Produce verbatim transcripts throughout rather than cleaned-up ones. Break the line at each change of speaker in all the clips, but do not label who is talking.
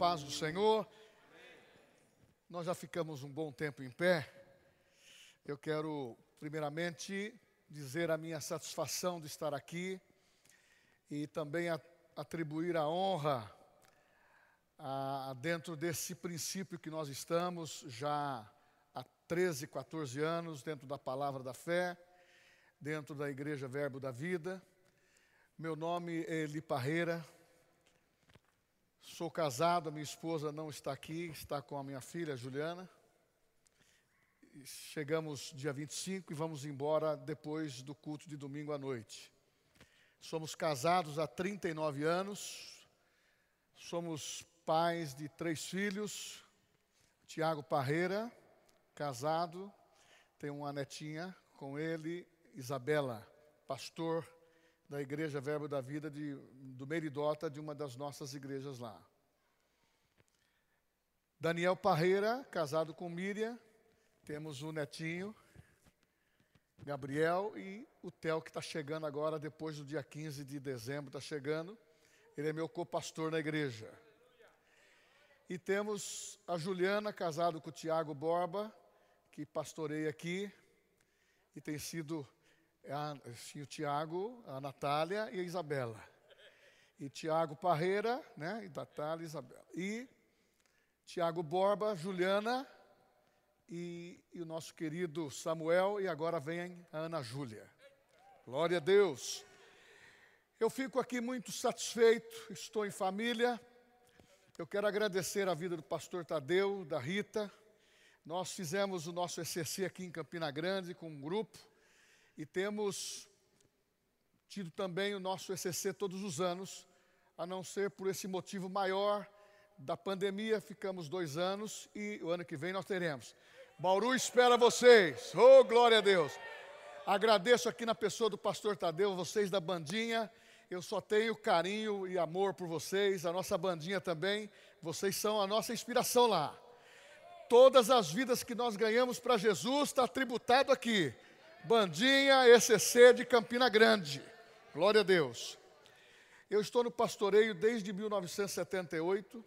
paz do Senhor. Nós já ficamos um bom tempo em pé. Eu quero, primeiramente, dizer a minha satisfação de estar aqui e também a, atribuir a honra a, dentro desse princípio que nós estamos já há treze, quatorze anos, dentro da Palavra da Fé, dentro da Igreja Verbo da Vida. Meu nome é Eli Parreira. Sou casado, a minha esposa não está aqui, está com a minha filha, Juliana. Chegamos dia vinte e cinco e vamos embora depois do culto de domingo à noite. Somos casados há trinta e nove anos, somos pais de três filhos. Tiago Parreira, casado, tem uma netinha com ele, Isabela, pastor da Igreja Verbo da Vida de, do Meridota, de uma das nossas igrejas lá. Daniel Parreira, casado com Miriam, temos o netinho, Gabriel, e o Theo, que está chegando agora, depois do dia quinze de dezembro, está chegando. Ele é meu co-pastor na igreja. E temos a Juliana, casado com o Tiago Borba, que pastoreia aqui, e tem sido... A, assim, o Tiago, a Natália e a Isabela. E Tiago Parreira, né? E Natália e Isabela. E Tiago Borba, Juliana e, e o nosso querido Samuel. E agora vem a Ana Júlia. Glória a Deus. Eu fico aqui muito satisfeito, estou em família. Eu quero agradecer a vida do pastor Tadeu, da Rita. Nós fizemos o nosso E C C aqui em Campina Grande com um grupo. E temos tido também o nosso E C C todos os anos, a não ser por esse motivo maior da pandemia, ficamos dois anos e o ano que vem nós teremos. Bauru espera vocês, oh glória a Deus. Agradeço aqui na pessoa do pastor Tadeu, vocês da bandinha, eu só tenho carinho e amor por vocês, a nossa bandinha também, vocês são a nossa inspiração lá. Todas as vidas que nós ganhamos para Jesus está tributado aqui. Bandinha E C C de Campina Grande. Glória a Deus. Eu estou no pastoreio desde mil novecentos e setenta e oito.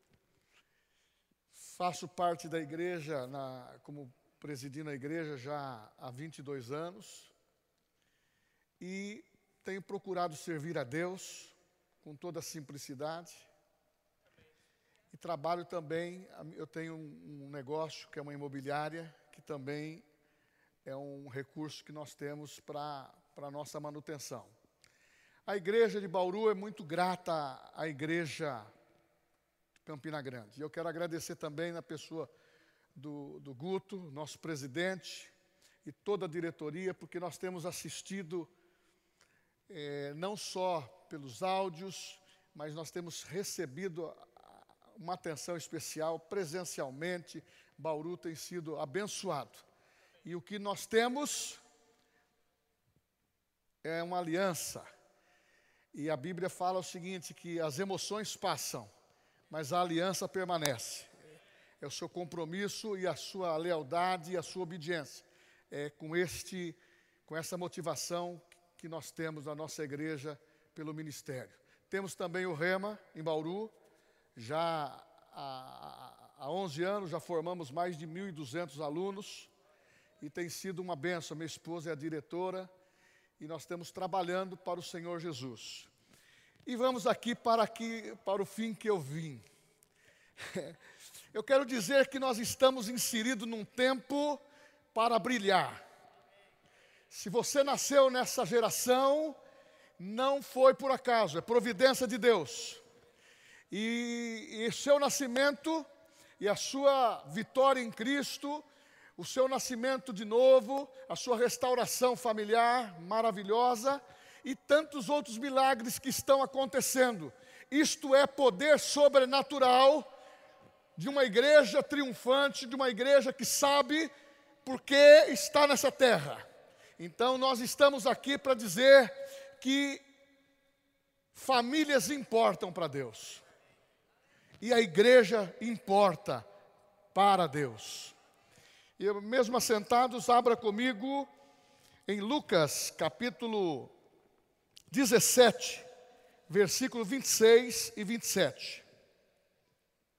Faço parte da igreja, na, como presidindo a igreja já há vinte e dois anos. E tenho procurado servir a Deus com toda a simplicidade. E trabalho também, eu tenho um, um negócio que é uma imobiliária, que também é um recurso que nós temos para a nossa manutenção. A igreja de Bauru é muito grata à igreja de Campina Grande. E eu quero agradecer também na pessoa do, do Guto, nosso presidente, e toda a diretoria, porque nós temos assistido é, não só pelos áudios, mas nós temos recebido uma atenção especial presencialmente. Bauru tem sido abençoado. E o que nós temos é uma aliança. E a Bíblia fala o seguinte, que as emoções passam, mas a aliança permanece. É o seu compromisso e a sua lealdade e a sua obediência. É com, este, com essa motivação que nós temos na nossa igreja pelo ministério. Temos também o Rema, em Bauru. Já há, há onze anos, já formamos mais de mil e duzentos alunos. E tem sido uma bênção. Minha esposa é a diretora e nós estamos trabalhando para o Senhor Jesus. E vamos aqui para, aqui, para o fim que eu vim. Eu quero dizer que nós estamos inseridos num tempo para brilhar. Se você nasceu nessa geração, não foi por acaso, é providência de Deus. E o seu nascimento e a sua vitória em Cristo, o seu nascimento de novo, a sua restauração familiar maravilhosa e tantos outros milagres que estão acontecendo. Isto é poder sobrenatural de uma igreja triunfante, de uma igreja que sabe por que está nessa terra. Então nós estamos aqui para dizer que famílias importam para Deus. E a igreja importa para Deus. E mesmo assentados, abra comigo em Lucas, capítulo dezessete, versículo vinte e seis e vinte e sete.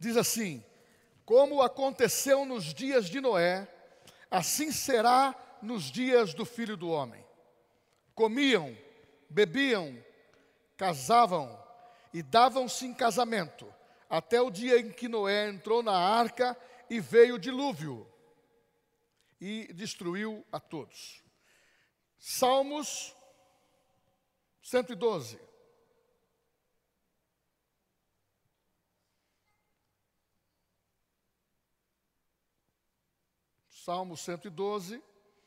Diz assim: como aconteceu nos dias de Noé, assim será nos dias do Filho do Homem. Comiam, bebiam, casavam e davam-se em casamento, até o dia em que Noé entrou na arca e veio o dilúvio e destruiu a todos. Salmos cento e doze. Salmo cento e doze.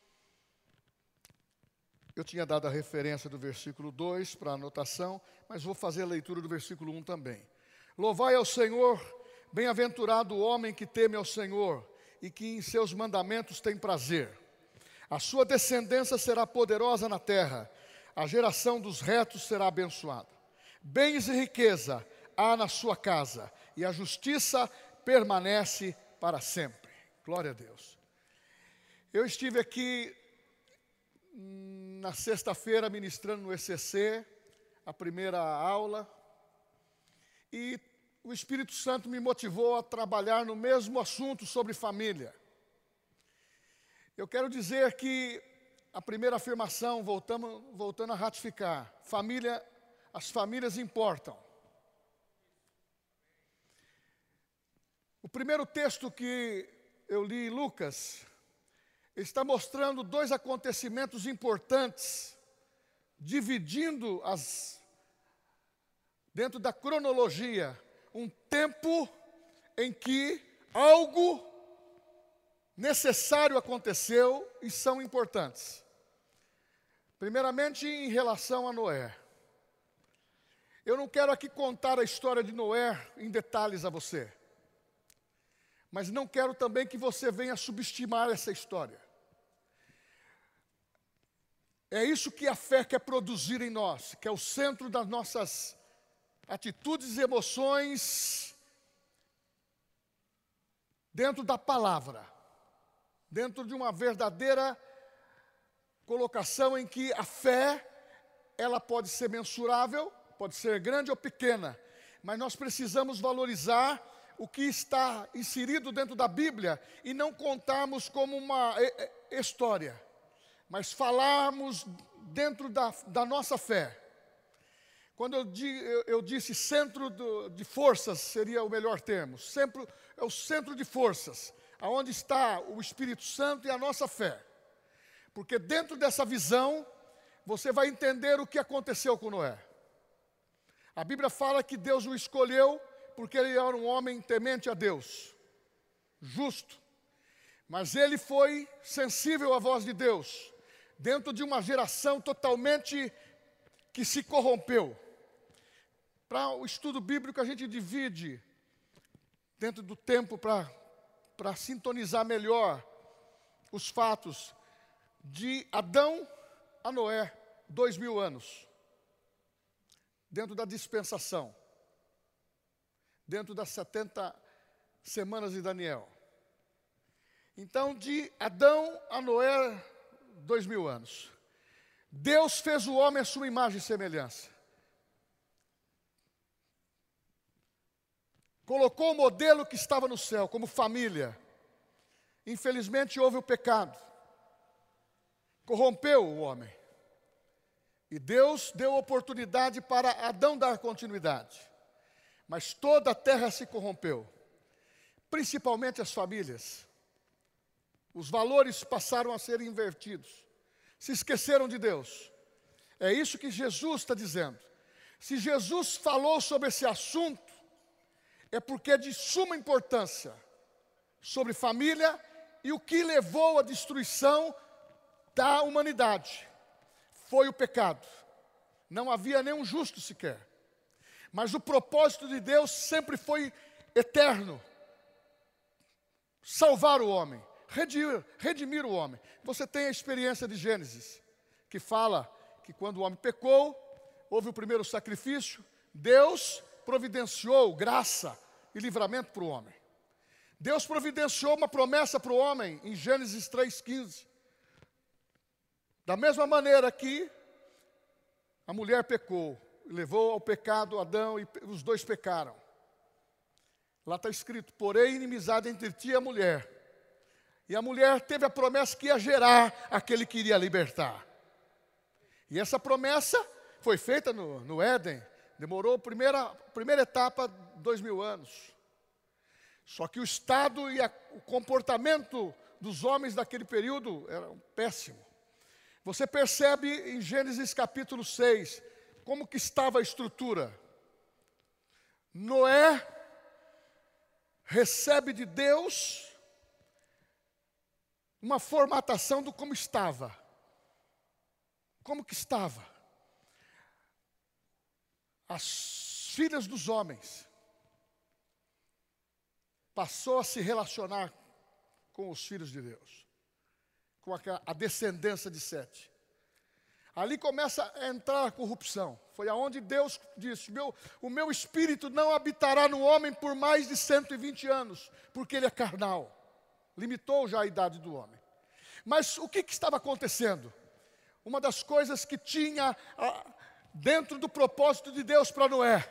Eu tinha dado a referência do versículo dois para anotação, mas vou fazer a leitura do versículo um também. Louvai ao Senhor, bem-aventurado o homem que teme ao Senhor e que em seus mandamentos tem prazer. A sua descendência será poderosa na terra, a geração dos retos será abençoada. Bens e riqueza há na sua casa, e a justiça permanece para sempre. Glória a Deus. Eu estive aqui na sexta-feira ministrando no E C C, a primeira aula, e o Espírito Santo me motivou a trabalhar no mesmo assunto sobre família. Eu quero dizer que a primeira afirmação, voltamos, voltando a ratificar, família, as famílias importam. O primeiro texto que eu li, Lucas, está mostrando dois acontecimentos importantes, dividindo as, dentro da cronologia, um tempo em que algo necessário aconteceu e são importantes. Primeiramente, em relação a Noé. Eu não quero aqui contar a história de Noé em detalhes a você, mas não quero também que você venha subestimar essa história. É isso que a fé quer produzir em nós, que é o centro das nossas atitudes e emoções dentro da palavra, dentro de uma verdadeira colocação em que a fé, ela pode ser mensurável, pode ser grande ou pequena, mas nós precisamos valorizar o que está inserido dentro da Bíblia e não contarmos como uma história, mas falarmos dentro da, da nossa fé. Quando eu, eu, eu disse centro do, de forças, seria o melhor termo. Sempre é o centro de forças, aonde está o Espírito Santo e a nossa fé. Porque dentro dessa visão, você vai entender o que aconteceu com Noé. A Bíblia fala que Deus o escolheu porque ele era um homem temente a Deus, justo. Mas ele foi sensível à voz de Deus, dentro de uma geração totalmente que se corrompeu. Para o estudo bíblico, a gente divide dentro do tempo para para sintonizar melhor os fatos de Adão a Noé, dois mil anos, dentro da dispensação, dentro das setenta semanas de Daniel. Então, de Adão a Noé, dois mil anos. Deus fez o homem à sua imagem e semelhança. Colocou o modelo que estava no céu, como família. Infelizmente houve o pecado. Corrompeu o homem. E Deus deu oportunidade para Adão dar continuidade. Mas toda a terra se corrompeu. Principalmente as famílias. Os valores passaram a ser invertidos. Se esqueceram de Deus. É isso que Jesus está dizendo. Se Jesus falou sobre esse assunto, é porque é de suma importância sobre família e o que levou à destruição da humanidade. Foi o pecado. Não havia nenhum justo sequer. Mas o propósito de Deus sempre foi eterno. Salvar o homem. Redimir, redimir o homem. Você tem a experiência de Gênesis, que fala que quando o homem pecou, houve o primeiro sacrifício, Deus providenciou graça e livramento para o homem. Deus providenciou uma promessa para o homem em Gênesis três, quinze. Da mesma maneira que a mulher pecou, levou ao pecado Adão e os dois pecaram. Lá está escrito, porém inimizade entre ti e a mulher. E a mulher teve a promessa que ia gerar aquele que iria libertar. E essa promessa foi feita no, no Éden. Demorou a primeira, primeira etapa, dois mil anos. Só que o estado e a, o comportamento dos homens daquele período era péssimo. Você percebe em Gênesis capítulo seis, como que estava a estrutura. Noé recebe de Deus uma formatação do como estava. Como que estava? As filhas dos homens passou a se relacionar com os filhos de Deus, com a, a descendência de Sete. Ali começa a entrar a corrupção. Foi aonde Deus disse, meu, o meu espírito não habitará no homem por mais de cento e vinte anos, porque ele é carnal. Limitou já a idade do homem. Mas o que, que estava acontecendo? Uma das coisas que tinha ah, dentro do propósito de Deus para Noé.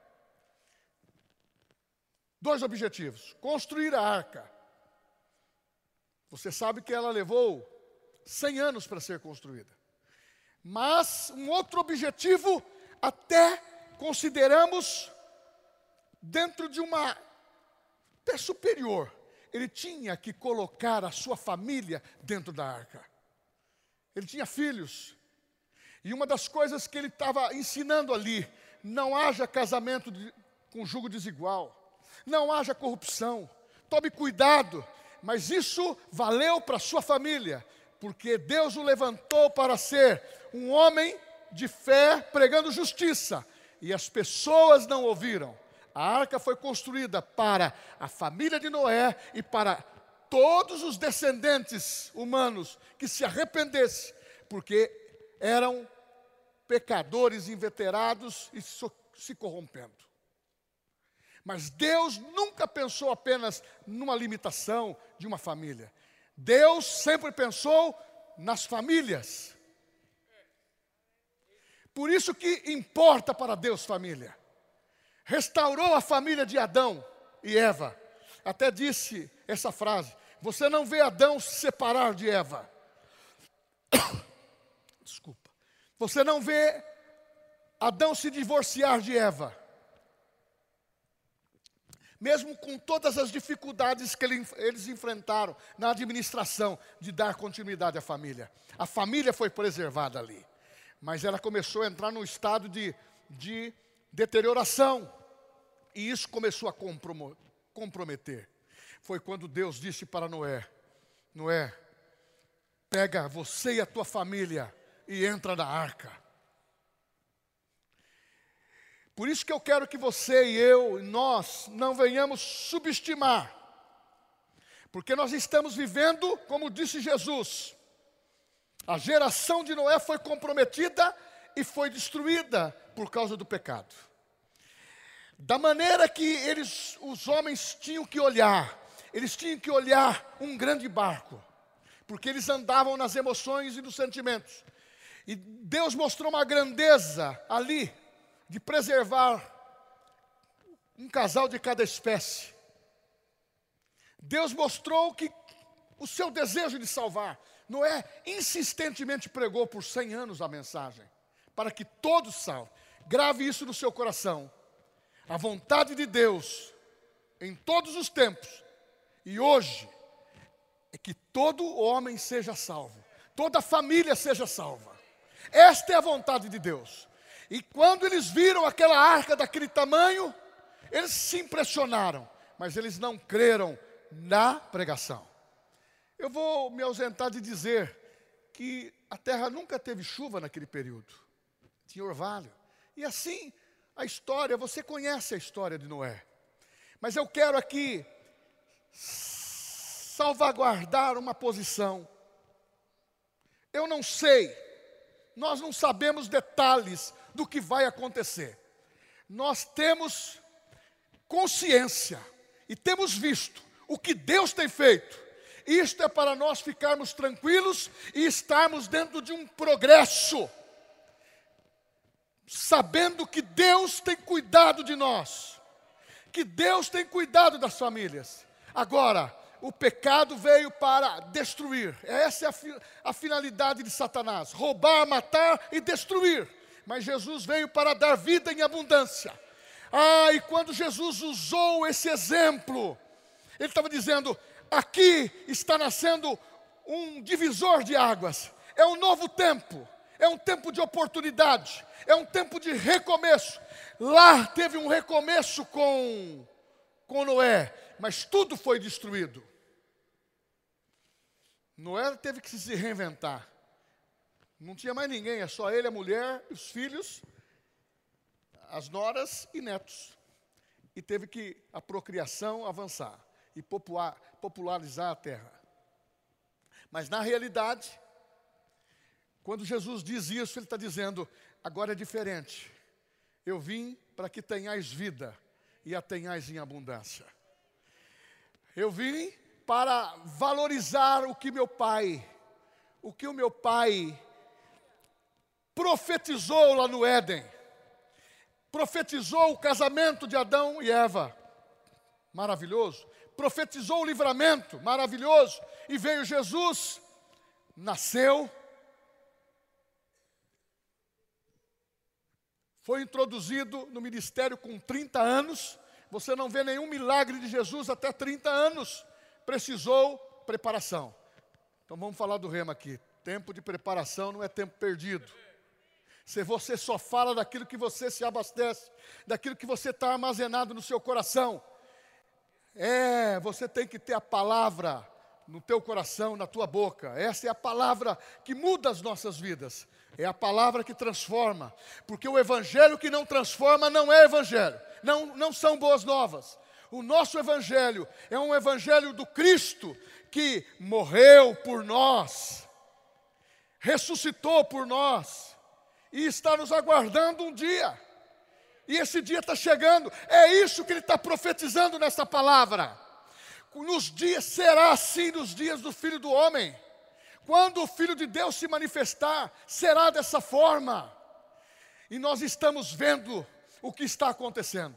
Dois objetivos. Construir a arca. Você sabe que ela levou cem anos para ser construída. Mas um outro objetivo, até consideramos dentro de uma até superior. Ele tinha que colocar a sua família dentro da arca. Ele tinha filhos. E uma das coisas que ele estava ensinando ali, não haja casamento de, com jugo desigual. Não haja corrupção. Tome cuidado. Mas isso valeu para a sua família. Porque Deus o levantou para ser um homem de fé pregando justiça. E as pessoas não ouviram. A arca foi construída para a família de Noé e para todos os descendentes humanos que se arrependessem, porque eram pecadores inveterados e se corrompendo. Mas Deus nunca pensou apenas numa limitação de uma família. Deus sempre pensou nas famílias. Por isso que importa para Deus família. Restaurou a família de Adão e Eva. Até disse essa frase, você não vê Adão se separar de Eva. Desculpa. Você não vê Adão se divorciar de Eva. Mesmo com todas as dificuldades que ele, eles enfrentaram na administração de dar continuidade à família. A família foi preservada ali. Mas ela começou a entrar num estado de, de deterioração. E isso começou a comprometer. Foi quando Deus disse para Noé, Noé, pega você e a tua família e entra na arca. Por isso que eu quero que você e eu, nós, não venhamos subestimar. Porque nós estamos vivendo, como disse Jesus, a geração de Noé foi comprometida e foi destruída por causa do pecado. Da maneira que eles, os homens tinham que olhar, eles tinham que olhar um grande barco, porque eles andavam nas emoções e nos sentimentos. E Deus mostrou uma grandeza ali, de preservar um casal de cada espécie. Deus mostrou que o seu desejo de salvar. Noé insistentemente pregou por cem anos a mensagem, para que todos salvem. Grave isso no seu coração. A vontade de Deus, em todos os tempos, e hoje, é que todo homem seja salvo, toda família seja salva. Esta é a vontade de Deus. E quando eles viram aquela arca daquele tamanho, eles se impressionaram, mas eles não creram na pregação. Eu vou me ausentar de dizer que a terra nunca teve chuva naquele período. Tinha orvalho. E assim, a história, você conhece a história de Noé. Mas eu quero aqui salvaguardar uma posição. Eu não sei, nós não sabemos detalhes do que vai acontecer. Nós temos consciência e temos visto o que Deus tem feito. Isto é para nós ficarmos tranquilos e estarmos dentro de um progresso, sabendo que Deus tem cuidado de nós, que Deus tem cuidado das famílias. Agora, o pecado veio para destruir. Essa é a, fi- a finalidade de Satanás: roubar, matar e destruir. Mas Jesus veio para dar vida em abundância. Ah, e quando Jesus usou esse exemplo, ele estava dizendo: aqui está nascendo um divisor de águas. É um novo tempo, é um tempo de oportunidade, é um tempo de recomeço. Lá teve um recomeço com, com Noé, mas tudo foi destruído. Noé teve que se reinventar. Não tinha mais ninguém, é só ele, a mulher, os filhos, as noras e netos. E teve que a procriação avançar e popular, popularizar a terra. Mas na realidade, quando Jesus diz isso, ele está dizendo: agora é diferente. Eu vim para que tenhais vida e a tenhais em abundância. Eu vim para valorizar o que meu pai, o que o meu pai profetizou lá no Éden. Profetizou o casamento de Adão e Eva. Maravilhoso. Profetizou o livramento. Maravilhoso. E veio Jesus, nasceu, foi introduzido no ministério com trinta anos. Você não vê nenhum milagre de Jesus até trinta anos. Precisou preparação. Então vamos falar do rema aqui. Tempo de preparação não é tempo perdido. Se você só fala daquilo que você se abastece, daquilo que você está armazenado no seu coração. É, você tem que ter a palavra no teu coração, na tua boca. Essa é a palavra que muda as nossas vidas. É a palavra que transforma. Porque o evangelho que não transforma não é evangelho. Não, não são boas novas. O nosso evangelho é um evangelho do Cristo que morreu por nós, ressuscitou por nós e está nos aguardando um dia. E esse dia está chegando. É isso que ele está profetizando nessa palavra. Nos dias, será assim nos dias do Filho do Homem. Quando o Filho de Deus se manifestar, será dessa forma. E nós estamos vendo o que está acontecendo.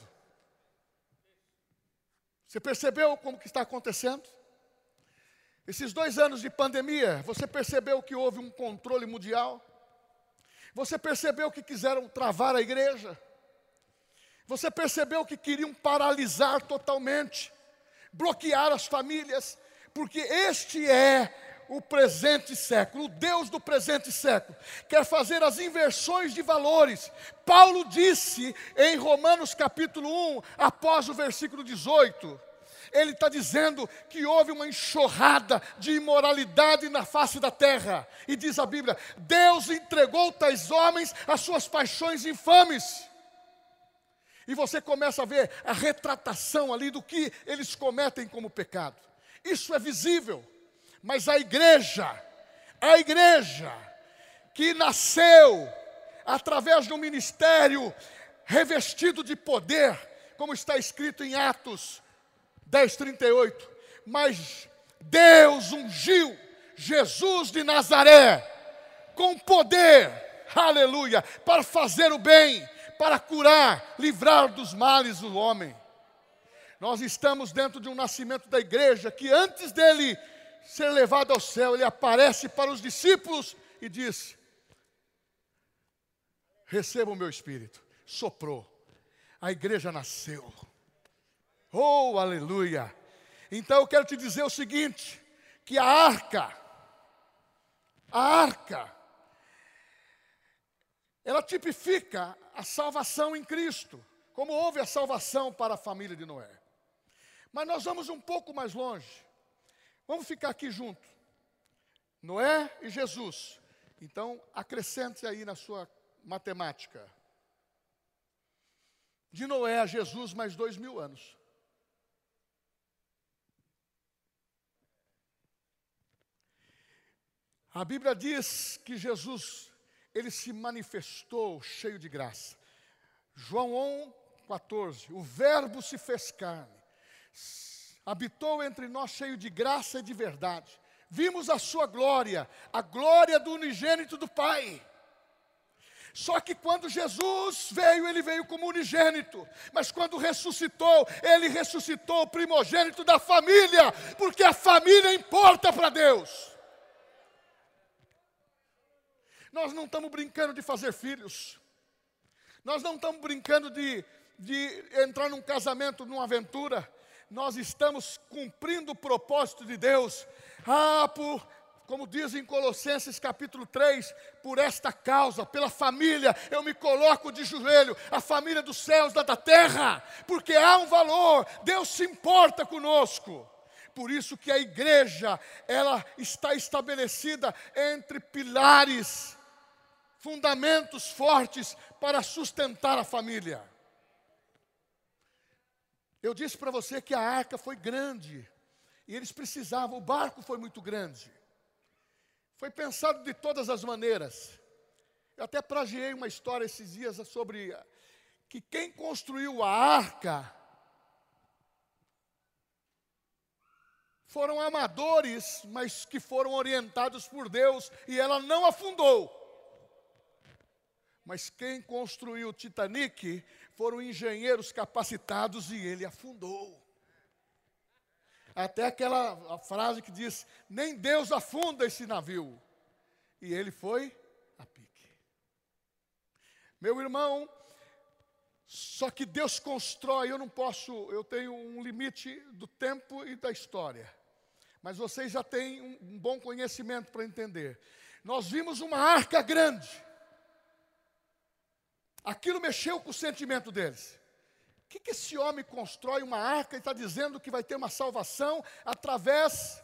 Você percebeu como que está acontecendo? Esses dois anos de pandemia, você percebeu que houve um controle mundial? Você percebeu que quiseram travar a igreja? Você percebeu que queriam paralisar totalmente, bloquear as famílias? Porque este é o presente século, o Deus do presente século quer fazer as inversões de valores. Paulo disse em Romanos capítulo um, após o versículo dezoito, ele está dizendo que houve uma enxurrada de imoralidade na face da terra. E diz a Bíblia: Deus entregou tais homens às suas paixões infames. E você começa a ver a retratação ali do que eles cometem como pecado. Isso é visível. Mas a igreja, a igreja que nasceu através de um ministério revestido de poder, como está escrito em Atos dez, trinta e oito, mas Deus ungiu Jesus de Nazaré com poder, aleluia, para fazer o bem, para curar, livrar dos males do homem. Nós estamos dentro de um nascimento da igreja que antes dele ser levado ao céu, ele aparece para os discípulos e diz: receba o meu espírito. Soprou, a igreja nasceu. Oh, aleluia. Então eu quero te dizer o seguinte, que a arca, a arca, ela tipifica a salvação em Cristo, como houve a salvação para a família de Noé. Mas nós vamos um pouco mais longe. Vamos ficar aqui junto. Noé e Jesus. Então, acrescente aí na sua matemática. De Noé a Jesus, mais dois mil anos. A Bíblia diz que Jesus, ele se manifestou cheio de graça. João um, quatorze. O verbo se fez carne. Habitou entre nós cheio de graça e de verdade. Vimos a sua glória, a glória do unigênito do Pai. Só que quando Jesus veio, ele veio como unigênito. Mas quando ressuscitou, ele ressuscitou o primogênito da família, porque a família importa para Deus. Nós não estamos brincando de fazer filhos. Nós não estamos brincando de, de entrar num casamento, numa aventura. Nós estamos cumprindo o propósito de Deus. Ah, por, como diz em Colossenses capítulo três, por esta causa, pela família, eu me coloco de joelho, a família dos céus, da, da terra, porque há um valor, Deus se importa conosco. Por isso que a igreja, ela está estabelecida entre pilares, fundamentos fortes para sustentar a família. Eu disse para você que a arca foi grande, e eles precisavam, o barco foi muito grande. Foi pensado de todas as maneiras. Eu até plagiei uma história esses dias sobre que quem construiu a arca foram amadores, mas que foram orientados por Deus, e ela não afundou. Mas quem construiu o Titanic foram engenheiros capacitados e ele afundou. Até aquela a frase que diz, nem Deus afunda esse navio. E ele foi a pique. Meu irmão, só que Deus constrói, eu não posso, eu tenho um limite do tempo e da história. Mas vocês já têm um, um bom conhecimento para entender. Nós vimos uma arca grande. Aquilo mexeu com o sentimento deles. O que, que esse homem constrói uma arca e está dizendo que vai ter uma salvação através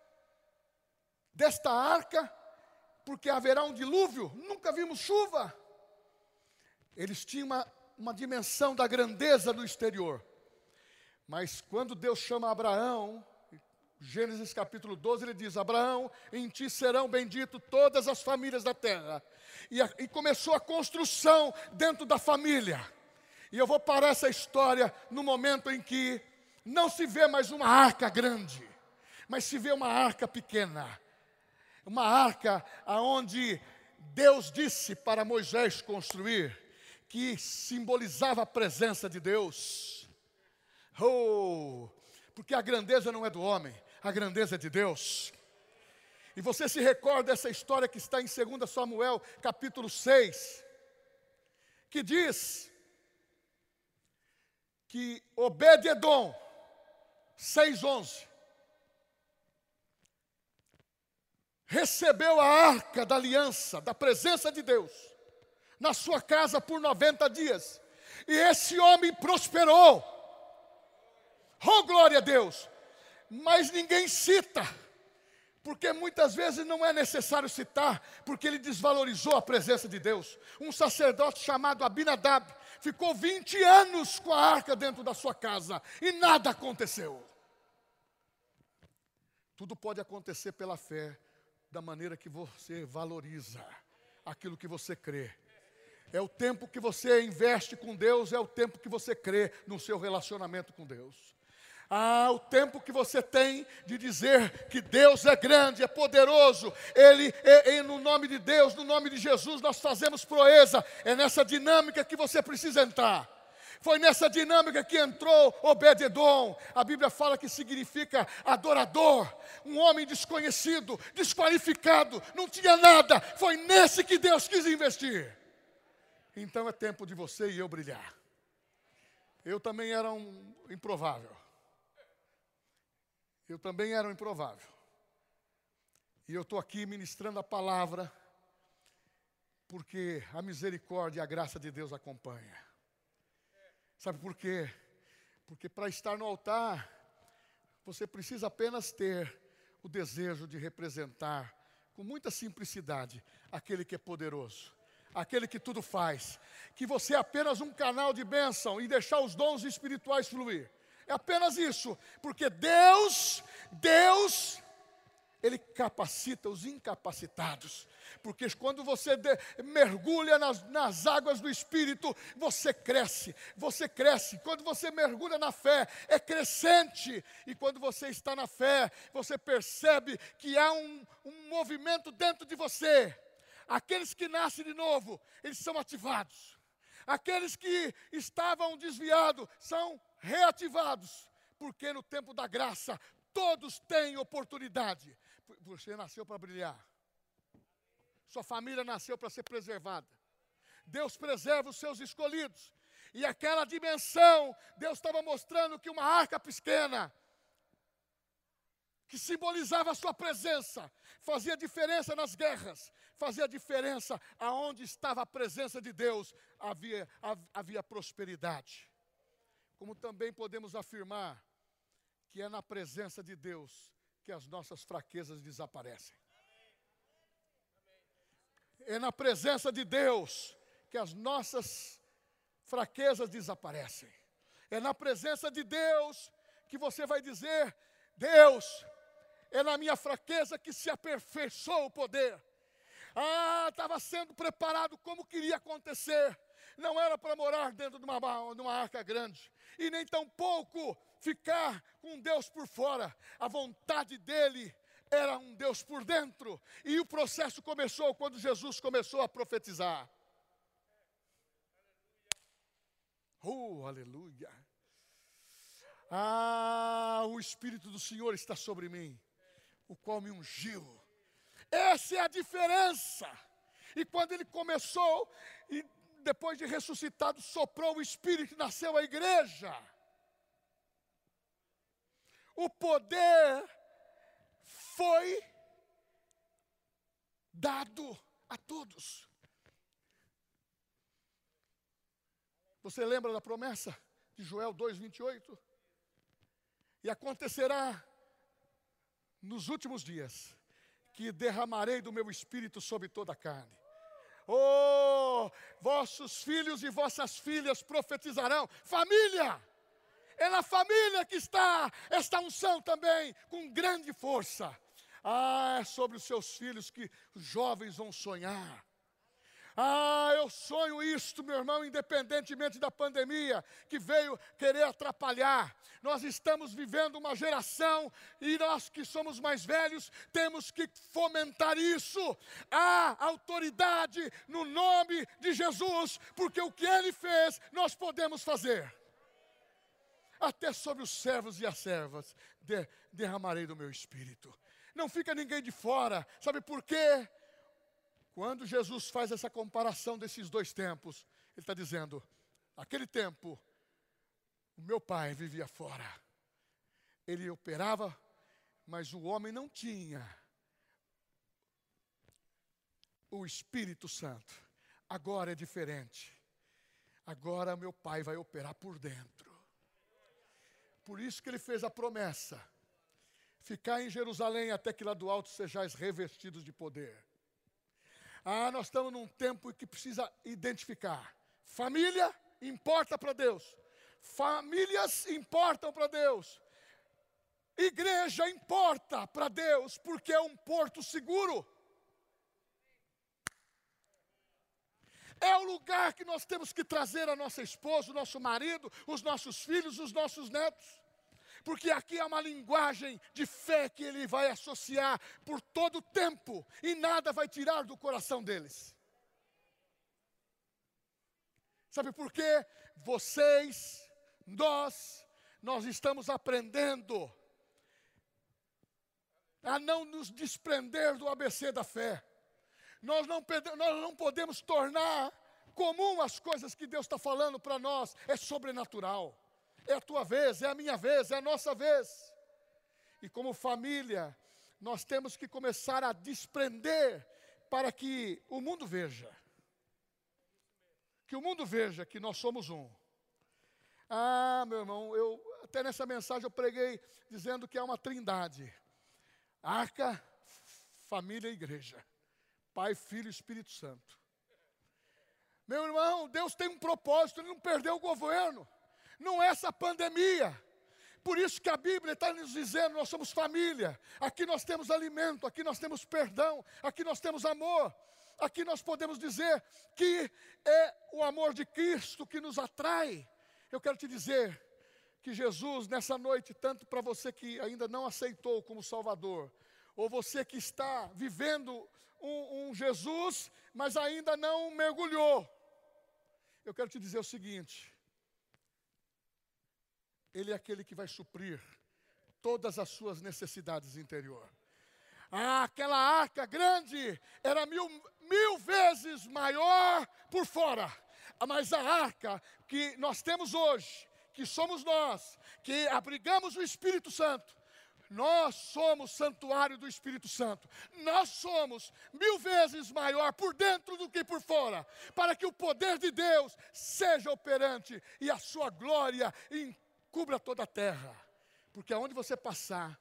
desta arca, porque haverá um dilúvio? Nunca vimos chuva. Eles tinham uma, uma dimensão da grandeza do exterior. Mas quando Deus chama Abraão, Gênesis capítulo doze, ele diz, Abraão, em ti serão benditas todas as famílias da terra. E, a, e começou a construção dentro da família. E eu vou parar essa história no momento em que não se vê mais uma arca grande, mas se vê uma arca pequena. Uma arca aonde Deus disse para Moisés construir, que simbolizava a presença de Deus. Oh, porque a grandeza não é do homem, a grandeza é de Deus. E você se recorda dessa história que está em dois Samuel, capítulo seis, que diz que Obed-edom, seis, onze, recebeu a arca da aliança, da presença de Deus, na sua casa por noventa dias. E esse homem prosperou. Oh, glória a Deus! Mas ninguém cita, porque muitas vezes não é necessário citar, porque ele desvalorizou a presença de Deus. Um sacerdote chamado Abinadab ficou vinte anos com a arca dentro da sua casa e nada aconteceu. Tudo pode acontecer pela fé, da maneira que você valoriza aquilo que você crê. É o tempo que você investe com Deus, é o tempo que você crê no seu relacionamento com Deus. Ah, o tempo que você tem de dizer que Deus é grande, é poderoso, Ele, é, é, no nome de Deus, no nome de Jesus, nós fazemos proeza. É nessa dinâmica que você precisa entrar. Foi nessa dinâmica que entrou Obed-edom. A Bíblia fala que significa adorador, um homem desconhecido, desqualificado, não tinha nada. Foi nesse que Deus quis investir. Então é tempo de você e eu brilhar. Eu também era um improvável. Eu também era um improvável. E eu estou aqui ministrando a palavra, porque a misericórdia e a graça de Deus acompanha. Sabe por quê? Porque para estar no altar, você precisa apenas ter o desejo de representar, com muita simplicidade, aquele que é poderoso, aquele que tudo faz. Que você é apenas um canal de bênção e deixar os dons espirituais fluir. É apenas isso, porque Deus, Deus, Ele capacita os incapacitados. Porque quando você de, mergulha nas, nas águas do Espírito, você cresce, você cresce. Quando você mergulha na fé, é crescente. E quando você está na fé, você percebe que há um, um movimento dentro de você. aqueles que nascem de novo, eles são ativados. Aqueles que estavam desviados são reativados. Porque no tempo da graça, todos têm oportunidade. Você nasceu para brilhar. Sua família nasceu para ser preservada. Deus preserva os seus escolhidos. E aquela dimensão, Deus estava mostrando que uma arca pequena, que simbolizava a sua presença, fazia diferença nas guerras, fazia diferença aonde estava a presença de Deus, havia, havia prosperidade. Como também podemos afirmar que é na presença de Deus que as nossas fraquezas desaparecem. É na presença de Deus que as nossas fraquezas desaparecem. É na presença de Deus que você vai dizer: Deus, é na minha fraqueza que se aperfeiçoa o poder. Ah, estava sendo preparado como queria acontecer. Não era para morar dentro de uma, de uma arca grande. E nem tampouco ficar com Deus por fora. A vontade dele era um Deus por dentro. E o processo começou quando Jesus começou a profetizar. Oh, aleluia. Ah, o Espírito do Senhor está sobre mim, o qual me ungiu. Essa é a diferença. E quando ele começou, e depois de ressuscitado, soprou o Espírito e nasceu a igreja. O poder foi dado a todos. Você lembra da promessa de Joel dois, vinte e oito? E acontecerá nos últimos dias que derramarei do meu espírito sobre toda a carne. Oh, vossos filhos e vossas filhas profetizarão. Família! É na família que está esta unção também, com grande força. Ah, é sobre os seus filhos que os jovens vão sonhar. Ah, eu sonho isto, meu irmão, independentemente da pandemia que veio querer atrapalhar. Nós estamos vivendo uma geração e nós que somos mais velhos temos que fomentar isso. Há autoridade no nome de Jesus, porque o que Ele fez nós podemos fazer. Até sobre os servos e as servas de, derramarei do meu espírito. Não fica ninguém de fora. Sabe por quê? Quando Jesus faz essa comparação desses dois tempos, Ele está dizendo: naquele tempo, o meu pai vivia fora. Ele operava, mas o homem não tinha o Espírito Santo. Agora é diferente. Agora meu pai vai operar por dentro. Por isso que Ele fez a promessa: ficar em Jerusalém até que lá do alto sejais revestidos de poder. Ah, nós estamos num tempo que precisa identificar. Família importa para Deus. Famílias importam para Deus. Igreja importa para Deus, porque é um porto seguro. É o lugar que nós temos que trazer a nossa esposa, o nosso marido, os nossos filhos, os nossos netos. Porque aqui é uma linguagem de fé que Ele vai associar por todo o tempo. E nada vai tirar do coração deles. Sabe por quê? Vocês, nós, nós estamos aprendendo a não nos desprender do A B C da fé. Nós não, nós não podemos tornar comum as coisas que Deus está falando para nós. É sobrenatural. É a tua vez, é a minha vez, é a nossa vez. E como família, nós temos que começar a desprender para que o mundo veja. Que o mundo veja que nós somos um. Ah, meu irmão, eu até nessa mensagem eu preguei dizendo que é uma trindade. Arca, família e igreja. Pai, Filho e Espírito Santo. Meu irmão, Deus tem um propósito, Ele não perdeu o governo. Não é essa pandemia. Por isso que a Bíblia está nos dizendo, nós somos família. Aqui nós temos alimento, aqui nós temos perdão, aqui nós temos amor. Aqui nós podemos dizer que é o amor de Cristo que nos atrai. Eu quero te dizer que Jesus, nessa noite, tanto para você que ainda não aceitou como Salvador, ou você que está vivendo um, um Jesus, mas ainda não mergulhou. Eu quero te dizer o seguinte: Ele é aquele que vai suprir todas as suas necessidades interiores. Ah, aquela arca grande era mil, mil vezes maior por fora. Mas a arca que nós temos hoje, que somos nós, que abrigamos o Espírito Santo, nós somos santuário do Espírito Santo. Nós somos mil vezes maior por dentro do que por fora, para que o poder de Deus seja operante e a sua glória encubra toda a terra. Porque aonde você passar,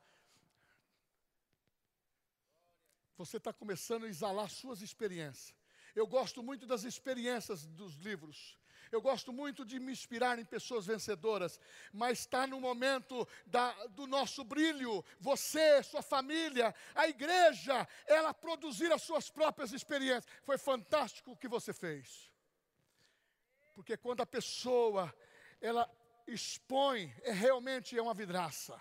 você está começando a exalar suas experiências. Eu gosto muito das experiências dos livros. Eu gosto muito de me inspirar em pessoas vencedoras. Mas está no momento da, do nosso brilho. Você, sua família, a igreja, ela produzir as suas próprias experiências. Foi fantástico o que você fez. Porque quando a pessoa, ela expõe, é, realmente é uma vidraça.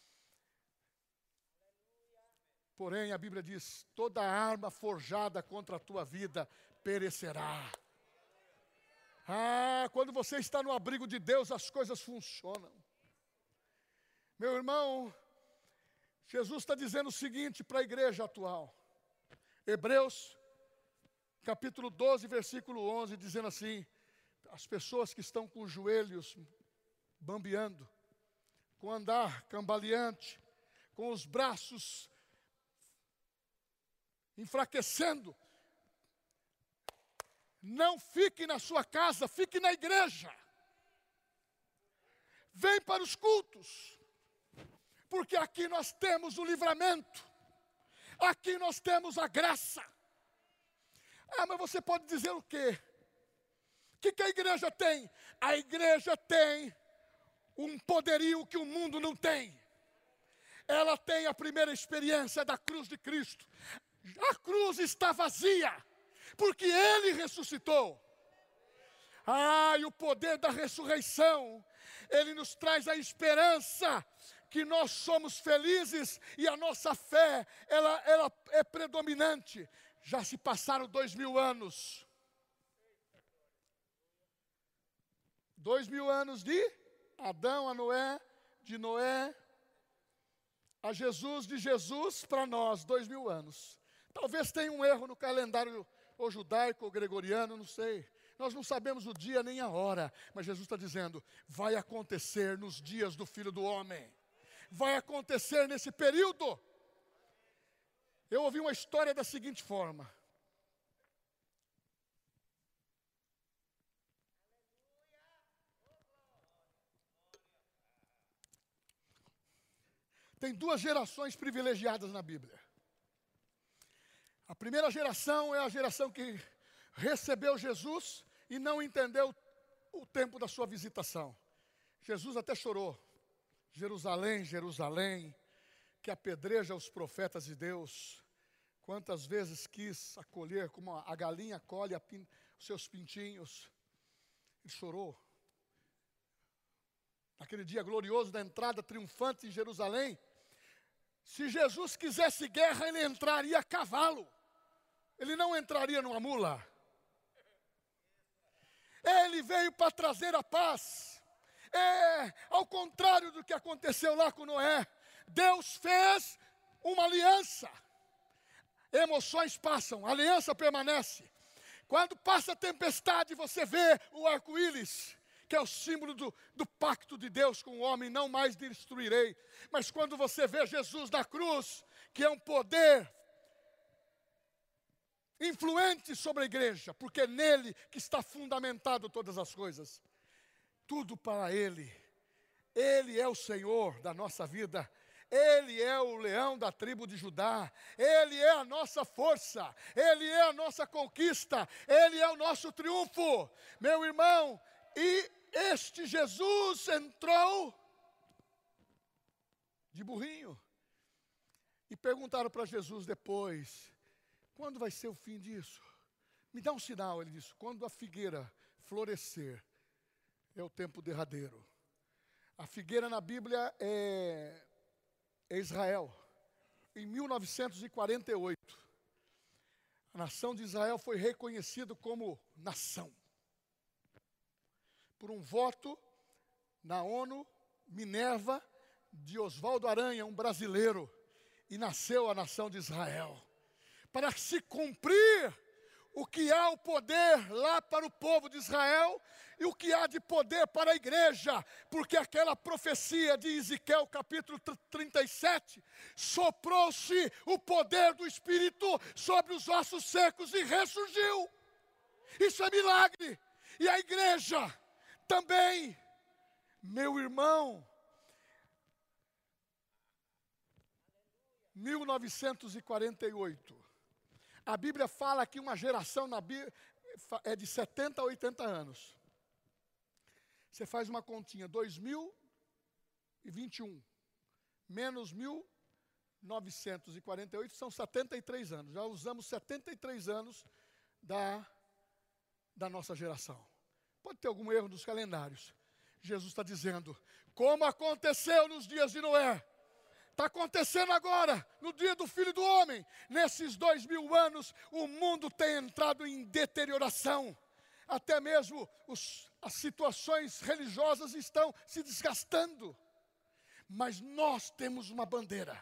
Porém, a Bíblia diz: toda arma forjada contra a tua vida perecerá. Ah, quando você está no abrigo de Deus, as coisas funcionam. Meu irmão, Jesus está dizendo o seguinte para a igreja atual. Hebreus, capítulo doze, versículo onze, dizendo assim: as pessoas que estão com os joelhos bambeando, com andar cambaleante, com os braços enfraquecendo, não fique na sua casa, fique na igreja. Vem para os cultos, porque aqui nós temos o livramento, aqui nós temos a graça. Ah, mas você pode dizer o quê? O que, que a igreja tem? A igreja tem um poderio que o mundo não tem. Ela tem a primeira experiência da cruz de Cristo. A cruz está vazia, porque Ele ressuscitou. Ah, e o poder da ressurreição, Ele nos traz a esperança que nós somos felizes e a nossa fé, ela, ela é predominante. Já se passaram dois mil anos. Dois mil anos de Adão a Noé, de Noé a Jesus, de Jesus para nós, dois mil anos. Talvez tenha um erro no calendário ou judaico ou gregoriano, não sei. Nós não sabemos o dia nem a hora, mas Jesus está dizendo: vai acontecer nos dias do Filho do Homem. Vai acontecer nesse período. Eu ouvi uma história da seguinte forma. Tem duas gerações privilegiadas na Bíblia. A primeira geração é a geração que recebeu Jesus e não entendeu o tempo da sua visitação. Jesus até chorou. Jerusalém, Jerusalém, que apedreja os profetas de Deus. Quantas vezes quis acolher, como a galinha acolhe a pin, os seus pintinhos. Ele chorou. Naquele dia glorioso da entrada triunfante em Jerusalém, se Jesus quisesse guerra, ele entraria a cavalo. Ele não entraria numa mula. Ele veio para trazer a paz. É, ao contrário do que aconteceu lá com Noé, Deus fez uma aliança. Emoções passam, a aliança permanece. Quando passa a tempestade, você vê o arco-íris, que é o símbolo do, do pacto de Deus com o homem: não mais destruirei. Mas quando você vê Jesus na cruz, que é um poder influente sobre a igreja, porque é nele que está fundamentado todas as coisas. Tudo para Ele. Ele é o Senhor da nossa vida. Ele é o leão da tribo de Judá. Ele é a nossa força. Ele é a nossa conquista. Ele é o nosso triunfo. Meu irmão, e este Jesus entrou de burrinho. E perguntaram para Jesus depois: quando vai ser o fim disso? Me dá um sinal, ele disse: quando a figueira florescer, é o tempo derradeiro. A figueira na Bíblia é, é Israel. em mil novecentos e quarenta e oito, a nação de Israel foi reconhecida como nação, por um voto na ONU, Minerva, de Oswaldo Aranha, um brasileiro, e nasceu a nação de Israel, para se cumprir o que há o poder lá para o povo de Israel e o que há de poder para a igreja, porque aquela profecia de Ezequiel capítulo trinta e sete, soprou-se o poder do Espírito sobre os ossos secos e ressurgiu. Isso é milagre. E a igreja também, meu irmão, mil novecentos e quarenta e oito, a Bíblia fala que uma geração na Bíblia é de setenta a oitenta anos. Você faz uma continha, dois mil e vinte e um, menos mil novecentos e quarenta e oito, são setenta e três anos. Já usamos setenta e três anos da, da nossa geração. Pode ter algum erro nos calendários. Jesus está dizendo, como aconteceu nos dias de Noé, está acontecendo agora, no dia do Filho do Homem. Nesses dois mil anos, o mundo tem entrado em deterioração. Até mesmo os, as situações religiosas estão se desgastando. Mas nós temos uma bandeira.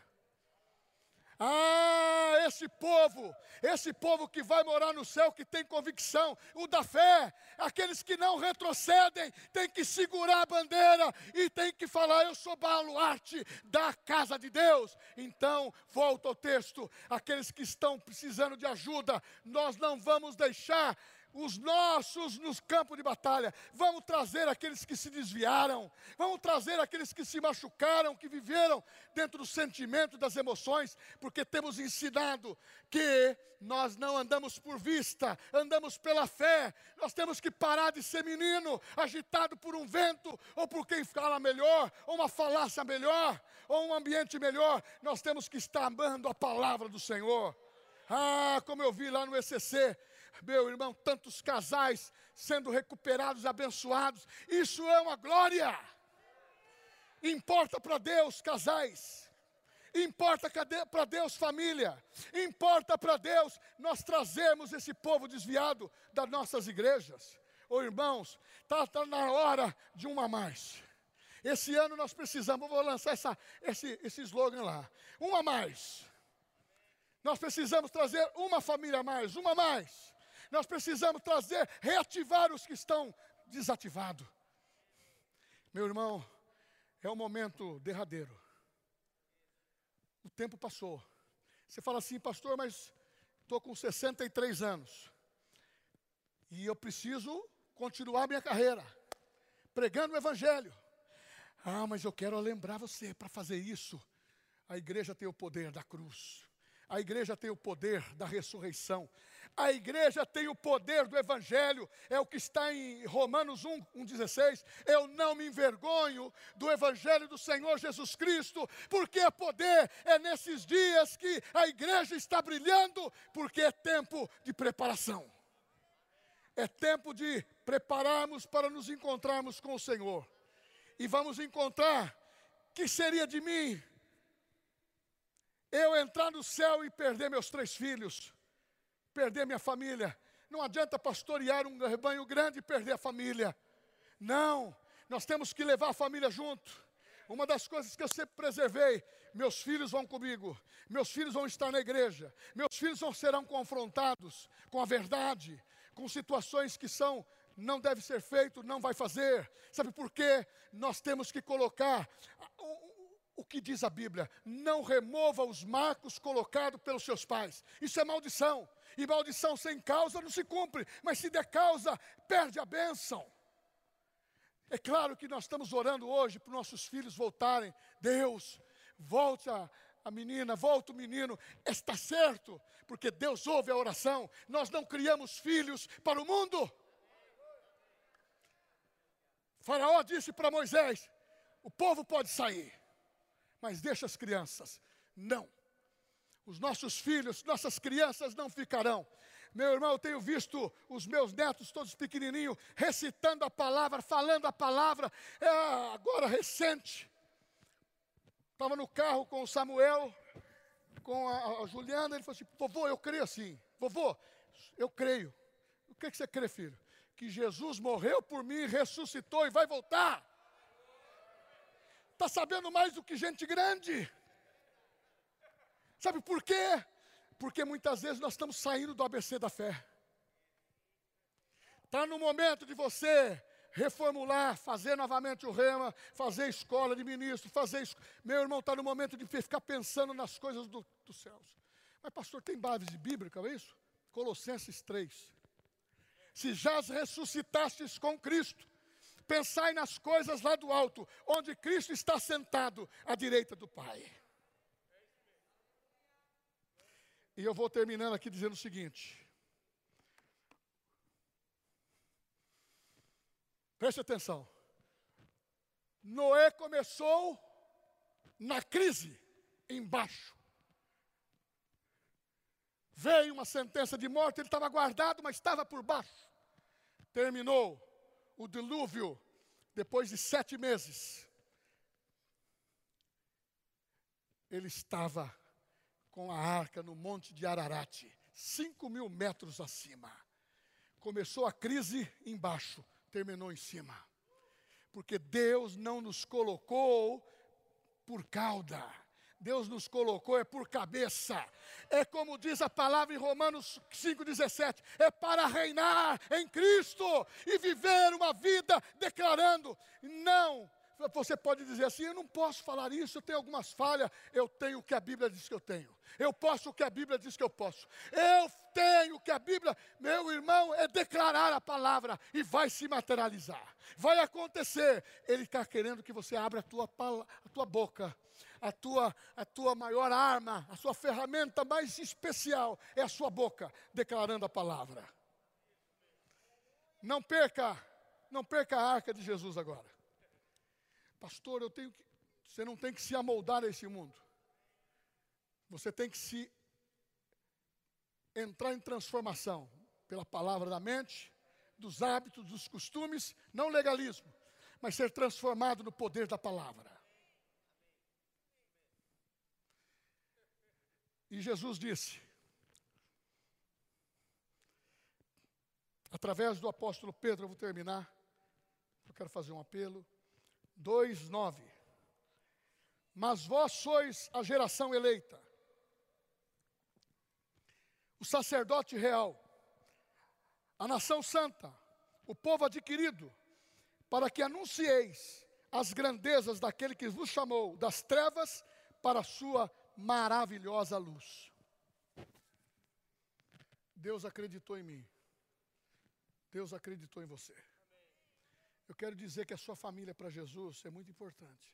Ah, esse povo, esse povo que vai morar no céu, que tem convicção, o da fé, aqueles que não retrocedem, tem que segurar a bandeira e tem que falar, eu sou baluarte da casa de Deus. Então, volta ao texto, aqueles que estão precisando de ajuda, nós não vamos deixar os nossos nos campos de batalha, vamos trazer aqueles que se desviaram, vamos trazer aqueles que se machucaram, que viveram dentro do sentimento, das emoções, porque temos ensinado que nós não andamos por vista, andamos pela fé. Nós temos que parar de ser menino, agitado por um vento, ou por quem fala melhor, ou uma falácia melhor, ou um ambiente melhor. Nós temos que estar amando a palavra do Senhor. Ah, como eu vi lá no E C C, meu irmão, tantos casais sendo recuperados, abençoados. Isso é uma glória. Importa para Deus casais. Importa para Deus família. Importa para Deus nós trazermos esse povo desviado das nossas igrejas. Ô irmãos, está tá na hora de uma a mais. Esse ano nós precisamos, vou lançar essa, esse, esse slogan lá. Uma a mais. Nós precisamos trazer uma família a mais, uma a mais. Nós precisamos trazer, reativar os que estão desativados. Meu irmão, é um momento derradeiro. O tempo passou. Você fala assim, pastor, mas estou com sessenta e três anos. E eu preciso continuar minha carreira, pregando o Evangelho. Ah, mas eu quero lembrar você, para fazer isso, a igreja tem o poder da cruz. A igreja tem o poder da ressurreição. A igreja tem o poder do Evangelho. É o que está em Romanos um, um dezesseis. Eu não me envergonho do Evangelho do Senhor Jesus Cristo, porque é poder. É nesses dias que a igreja está brilhando, porque é tempo de preparação. É tempo de prepararmos para nos encontrarmos com o Senhor. E vamos encontrar, que seria de mim eu entrar no céu e perder meus três filhos, perder minha família. Não adianta pastorear um rebanho grande e perder a família. Não, nós temos que levar a família junto. Uma das coisas que eu sempre preservei, meus filhos vão comigo, meus filhos vão estar na igreja, meus filhos não serão confrontados com a verdade, com situações que são, não deve ser feito, não vai fazer. Sabe por quê? Nós temos que colocar o que diz a Bíblia, não remova os marcos colocados pelos seus pais. Isso é maldição. E maldição sem causa não se cumpre. Mas se der causa, perde a bênção. É claro que nós estamos orando hoje para os nossos filhos voltarem. Deus, volte a, a menina, volta o menino. Está certo, porque Deus ouve a oração. Nós não criamos filhos para o mundo. Faraó disse para Moisés, o povo pode sair, mas deixa as crianças. Não. Os nossos filhos, nossas crianças não ficarão. Meu irmão, eu tenho visto os meus netos todos pequenininhos, recitando a palavra, falando a palavra. É, agora recente, estava no carro com o Samuel, com a, a Juliana, ele falou assim, vovô, eu creio assim. Vovô, eu creio. O que, que você crê, filho? Que Jesus morreu por mim, ressuscitou e vai voltar. Está sabendo mais do que gente grande. Sabe por quê? Porque muitas vezes nós estamos saindo do A B C da fé. Está no momento de você reformular, fazer novamente o rema, fazer escola de ministro, fazer... Es... Meu irmão, está no momento de ficar pensando nas coisas do, dos céus. Mas pastor, tem base bíblica, é isso? Colossenses três. Se já ressuscitastes com Cristo, pensai nas coisas lá do alto, onde Cristo está sentado à direita do Pai. E eu vou terminando aqui dizendo o seguinte. Preste atenção. Noé começou na crise, embaixo. Veio uma sentença de morte, ele estava guardado, mas estava por baixo. Terminou o dilúvio depois de sete meses. Ele estava com a arca no monte de Ararat, cinco mil metros acima. Começou a crise embaixo, terminou em cima. Porque Deus não nos colocou por cauda. Deus nos colocou é por cabeça. É como diz a palavra em Romanos cinco, dezessete. É para reinar em Cristo e viver uma vida declarando. Não, você pode dizer assim, eu não posso falar isso, eu tenho algumas falhas. Eu tenho o que a Bíblia diz que eu tenho. Eu posso o que a Bíblia diz que eu posso. Eu tenho o que a Bíblia, meu irmão, é declarar a palavra e vai se materializar. Vai acontecer. Ele está querendo que você abra a tua, a tua boca. A tua, a tua maior arma, a sua ferramenta mais especial é a sua boca, declarando a palavra. Não perca, não perca a arca de Jesus agora. Pastor, eu tenho que, você não tem que se amoldar a esse mundo. Você tem que se entrar em transformação pela palavra da mente, dos hábitos, dos costumes, não legalismo, mas ser transformado no poder da palavra. E Jesus disse, através do apóstolo Pedro, eu vou terminar, eu quero fazer um apelo, dois, nove. Mas vós sois a geração eleita, o sacerdote real, a nação santa, o povo adquirido, para que anuncieis as grandezas daquele que vos chamou das trevas para a sua maravilhosa luz. Deus acreditou em mim. Deus acreditou em você. Eu quero dizer que a sua família para Jesus é muito importante.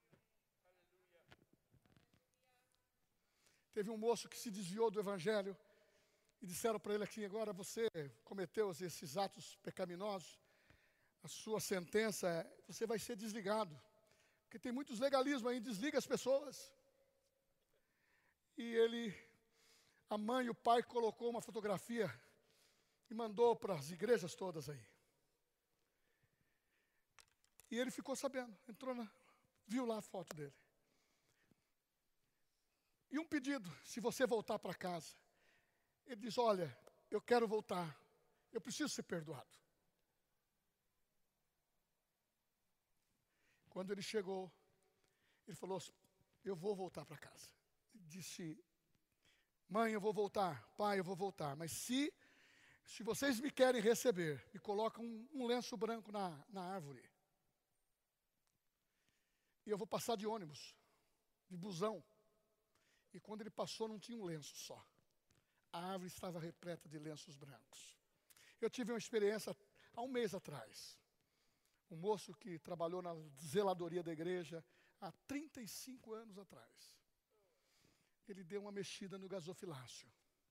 Teve um moço que se desviou do evangelho e disseram para ele aqui, agora você cometeu esses atos pecaminosos, a sua sentença é, você vai ser desligado. Porque tem muitos legalismos aí, desliga as pessoas. E ele, a mãe e o pai colocou uma fotografia e mandou para as igrejas todas aí. E ele ficou sabendo, entrou na, viu lá a foto dele. E um pedido, se você voltar para casa. Ele diz, olha, eu quero voltar, eu preciso ser perdoado. Quando ele chegou, ele falou, eu vou voltar para casa. Disse, mãe, eu vou voltar, pai, eu vou voltar, mas se, se vocês me querem receber, me colocam um, um lenço branco na, na árvore, e eu vou passar de ônibus, de busão, e quando ele passou não tinha um lenço só, a árvore estava repleta de lenços brancos. Eu tive uma experiência há um mês atrás, um moço que trabalhou na zeladoria da igreja há trinta e cinco anos atrás. Ele deu uma mexida no gasofilácio.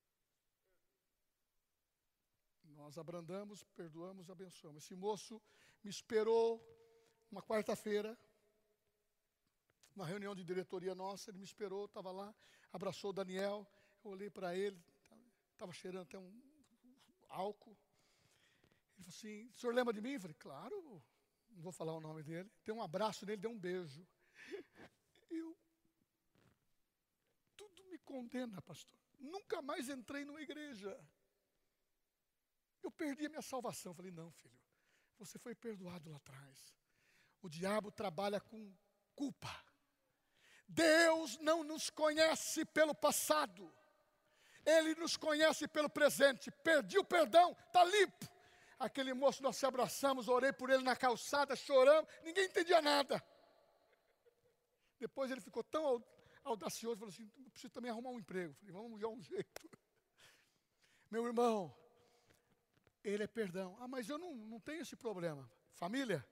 Nós abrandamos, perdoamos, abençoamos. Esse moço me esperou uma quarta-feira, uma reunião de diretoria nossa, ele me esperou, estava lá, abraçou o Daniel, eu olhei para ele, estava cheirando até um álcool. Ele falou assim, o senhor lembra de mim? Eu falei, claro, não vou falar o nome dele. Deu um abraço nele, deu um beijo. Eu condena, pastor. Nunca mais entrei numa igreja. Eu perdi a minha salvação. Eu falei, não, filho, você foi perdoado lá atrás. O diabo trabalha com culpa. Deus não nos conhece pelo passado. Ele nos conhece pelo presente. Perdi o perdão, está limpo. Aquele moço, nós se abraçamos, orei por ele na calçada, choramos, ninguém entendia nada. Depois ele ficou tão audacioso, falou assim, eu preciso também arrumar um emprego. Falei, vamos dar um jeito. Meu irmão, ele é perdão. Ah, mas eu não, não tenho esse problema. Família,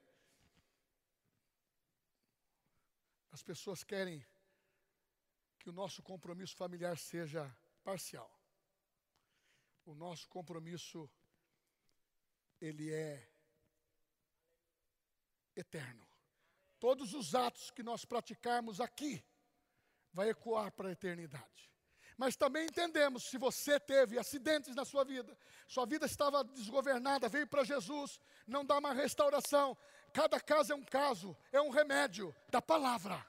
as pessoas querem que o nosso compromisso familiar seja parcial. O nosso compromisso, ele é eterno. Todos os atos que nós praticarmos aqui, vai ecoar para a eternidade. Mas também entendemos, se você teve acidentes na sua vida, sua vida estava desgovernada, veio para Jesus, não dá uma restauração. Cada caso é um caso, é um remédio da palavra.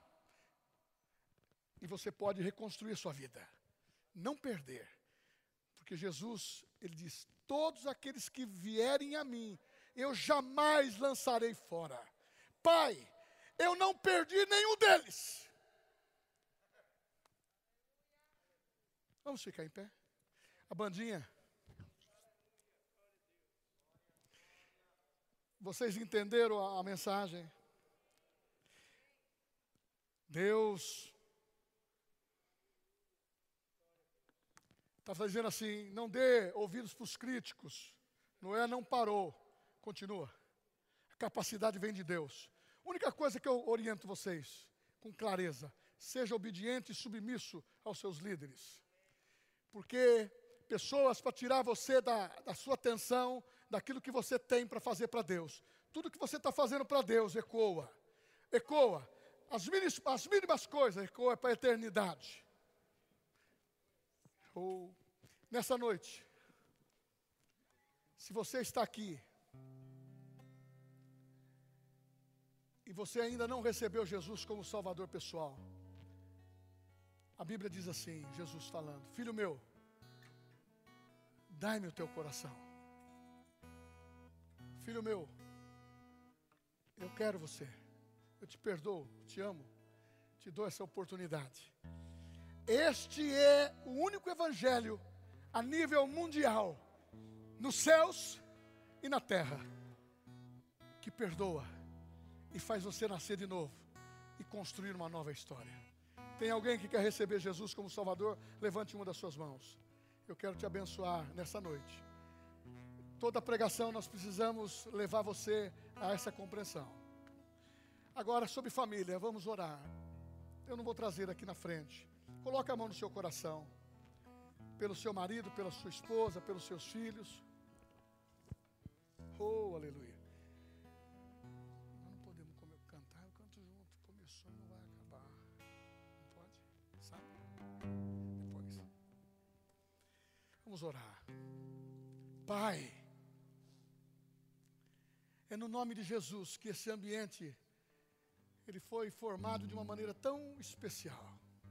E você pode reconstruir sua vida, não perder. Porque Jesus, ele diz, todos aqueles que vierem a mim, eu jamais lançarei fora. Pai, eu não perdi nenhum deles. Vamos ficar em pé? A bandinha. Vocês entenderam a, a mensagem? Deus está dizendo assim, não dê ouvidos para os críticos. Noé não parou, continua. A capacidade vem de Deus. A única coisa que eu oriento vocês, com clareza, seja obediente e submisso aos seus líderes. Porque pessoas para tirar você da, da sua atenção, daquilo que você tem para fazer para Deus. Tudo que você está fazendo para Deus ecoa. Ecoa. As mínimas, as mínimas coisas ecoa para a eternidade. Ou, nessa noite, se você está aqui, e você ainda não recebeu Jesus como Salvador pessoal, a Bíblia diz assim, Jesus falando, filho meu, dai-me o teu coração. Filho meu, eu quero você, eu te perdoo, te amo, te dou essa oportunidade. Este é o único evangelho a nível mundial, nos céus e na terra, que perdoa e faz você nascer de novo e construir uma nova história. Tem alguém que quer receber Jesus como Salvador? Levante uma das suas mãos. Eu quero te abençoar nessa noite. Toda pregação nós precisamos levar você a essa compreensão. Agora, sobre família, vamos orar. Eu não vou trazer aqui na frente. Coloque a mão no seu coração. Pelo seu marido, pela sua esposa, pelos seus filhos. Oh, aleluia. Vamos orar. Pai, é no nome de Jesus que esse ambiente, ele foi formado de uma maneira tão especial.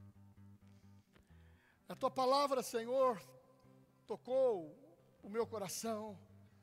A tua palavra, Senhor, tocou o meu coração.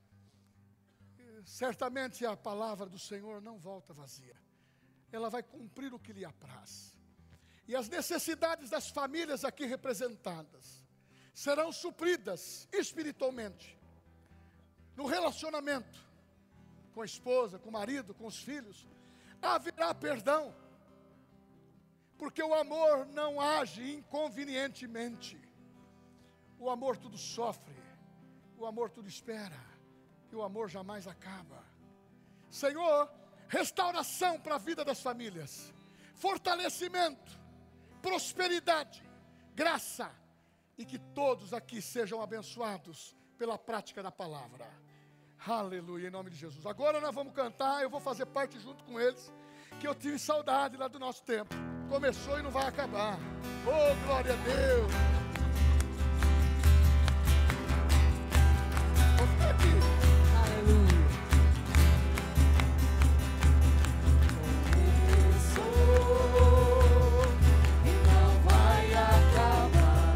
Certamente a palavra do Senhor não volta vazia. Ela vai cumprir o que lhe apraz. E as necessidades das famílias aqui representadas serão supridas espiritualmente, no relacionamento com a esposa, com o marido, com os filhos. Haverá perdão, porque o amor não age inconvenientemente. O amor tudo sofre, o amor tudo espera, e o amor jamais acaba. Senhor, restauração para a vida das famílias, fortalecimento, prosperidade, graça, e que todos aqui sejam abençoados pela prática da palavra. Aleluia, em nome de Jesus. Agora nós vamos cantar, eu vou fazer parte junto com eles, que eu tive saudade lá do nosso tempo. Começou e não vai acabar. Oh, glória a Deus. Vou ficar aqui. Aleluia.
Começou e não vai acabar.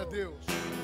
Glória a Deus.